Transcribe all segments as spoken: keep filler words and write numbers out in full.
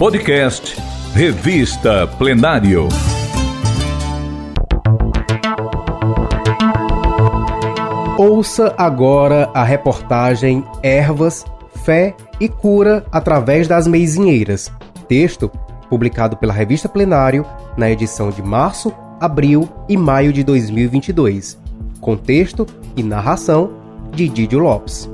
Podcast Revista Plenário. Ouça agora a reportagem Ervas, Fé e Cura através das Meizinheiras. Texto publicado pela Revista Plenário na edição de março, abril e maio de dois mil e vinte e dois. Contexto e narração de Didio Lopes.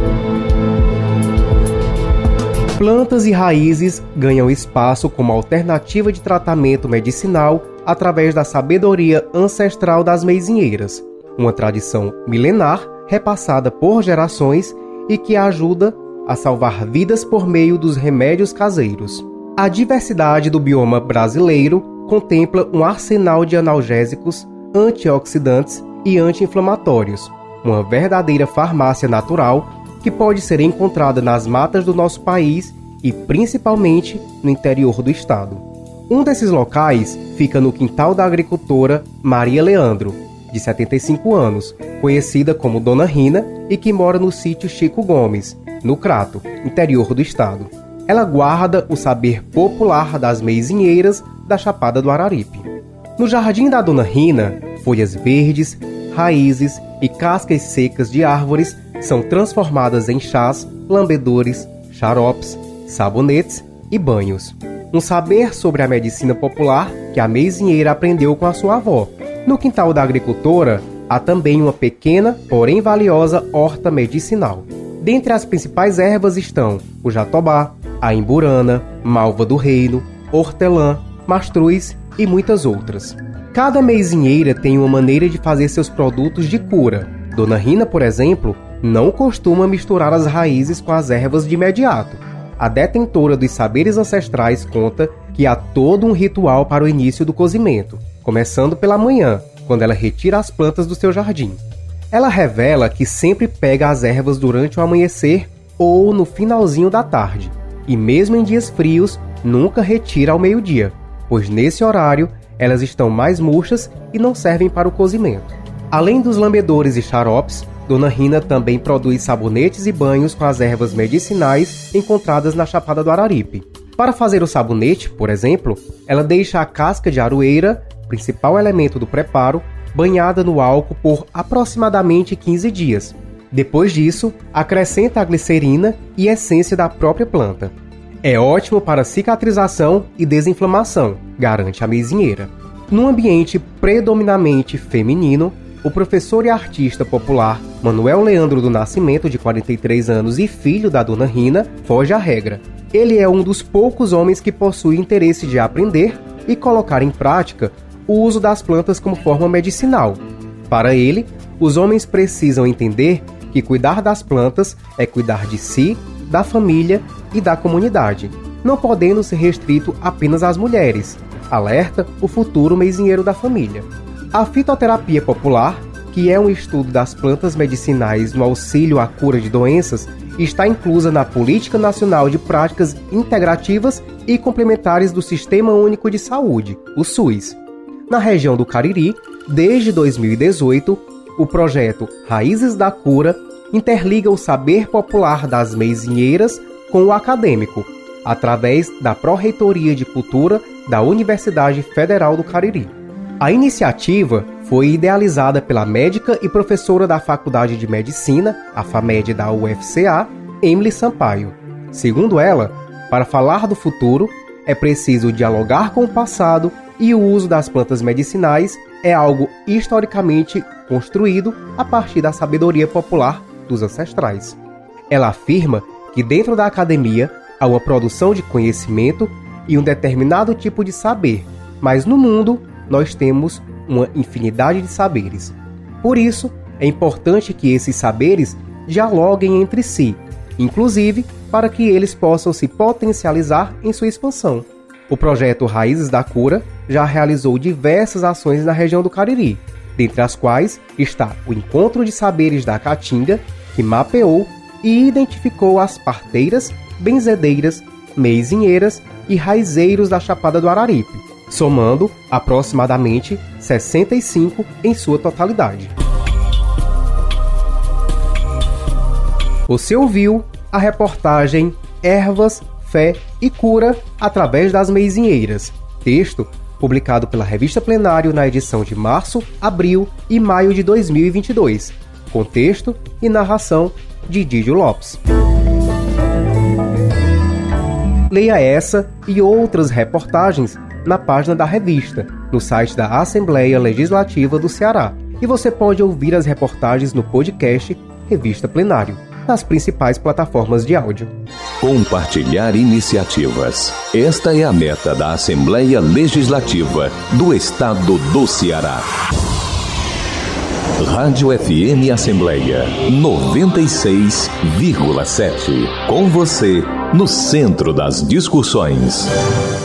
Plantas e raízes ganham espaço como alternativa de tratamento medicinal através da sabedoria ancestral das meizinheiras, uma tradição milenar repassada por gerações e que ajuda a salvar vidas por meio dos remédios caseiros. A diversidade do bioma brasileiro contempla um arsenal de analgésicos, antioxidantes e anti-inflamatórios, uma verdadeira farmácia natural que pode ser encontrada nas matas do nosso país e principalmente no interior do estado. Um desses locais fica no quintal da agricultora Maria Leandro, de setenta e cinco anos, conhecida como Dona Rina e que mora no sítio Chico Gomes, no Crato, interior do estado. Ela guarda o saber popular das meizinheiras da Chapada do Araripe. No jardim da Dona Rina, folhas verdes, raízes e cascas secas de árvores são transformadas em chás, lambedores, xaropes, sabonetes e banhos. Um saber sobre a medicina popular que a meizinheira aprendeu com a sua avó. No quintal da agricultora, há também uma pequena, porém valiosa horta medicinal. Dentre as principais ervas estão o jatobá, a imburana, malva do reino, hortelã, mastruz e muitas outras. Cada meizinheira tem uma maneira de fazer seus produtos de cura. Dona Rina, por exemplo, não costuma misturar as raízes com as ervas de imediato. A detentora dos saberes ancestrais conta que há todo um ritual para o início do cozimento, começando pela manhã, quando ela retira as plantas do seu jardim. Ela revela que sempre pega as ervas durante o amanhecer ou no finalzinho da tarde, e mesmo em dias frios, nunca retira ao meio-dia, pois nesse horário elas estão mais murchas e não servem para o cozimento. Além dos lambedores e xaropes, Dona Rina também produz sabonetes e banhos com as ervas medicinais encontradas na Chapada do Araripe. Para fazer o sabonete, por exemplo, ela deixa a casca de aroeira, principal elemento do preparo, banhada no álcool por aproximadamente quinze dias. Depois disso, acrescenta a glicerina e essência da própria planta. É ótimo para cicatrização e desinflamação, garante a meizinheira. Num ambiente predominantemente feminino, o professor e artista popular Manuel Leandro do Nascimento, de quarenta e três anos e filho da Dona Rina, foge à regra. Ele é um dos poucos homens que possui interesse de aprender e colocar em prática o uso das plantas como forma medicinal. Para ele, os homens precisam entender que cuidar das plantas é cuidar de si, da família e da comunidade, não podendo ser restrito apenas às mulheres, alerta o futuro meizinheiro da família. A fitoterapia popular, que é um estudo das plantas medicinais no auxílio à cura de doenças, está inclusa na Política Nacional de Práticas Integrativas e Complementares do Sistema Único de Saúde, o SUS. Na região do Cariri, desde dois mil e dezoito, o projeto Raízes da Cura interliga o saber popular das meizinheiras com o acadêmico, através da Pró-Reitoria de Cultura da Universidade Federal do Cariri. A iniciativa foi idealizada pela médica e professora da Faculdade de Medicina, a FAMED da U F C A, Emily Sampaio. Segundo ela, para falar do futuro, é preciso dialogar com o passado e o uso das plantas medicinais é algo historicamente construído a partir da sabedoria popular dos ancestrais. Ela afirma que dentro da academia há uma produção de conhecimento e um determinado tipo de saber, mas no mundo nós temos uma infinidade de saberes. Por isso, é importante que esses saberes dialoguem entre si, inclusive para que eles possam se potencializar em sua expansão. O projeto Raízes da Cura já realizou diversas ações na região do Cariri, dentre as quais está o Encontro de Saberes da Caatinga, que mapeou e identificou as parteiras, benzedeiras, meizinheiras e raizeiros da Chapada do Araripe, somando aproximadamente sessenta e cinco em sua totalidade. Você ouviu a reportagem Ervas, fé e cura através das meizinheiras. Texto publicado pela Revista Plenário na edição de março, abril e maio de dois mil e vinte e dois. Com texto e narração de Didio Lopes. Leia essa e outras reportagens na página da revista, no site da Assembleia Legislativa do Ceará. E você pode ouvir as reportagens no podcast Revista Plenário, nas principais plataformas de áudio. Compartilhar iniciativas. Esta é a meta da Assembleia Legislativa do Estado do Ceará. Rádio F M Assembleia noventa e seis vírgula sete. Com você, no centro das discussões.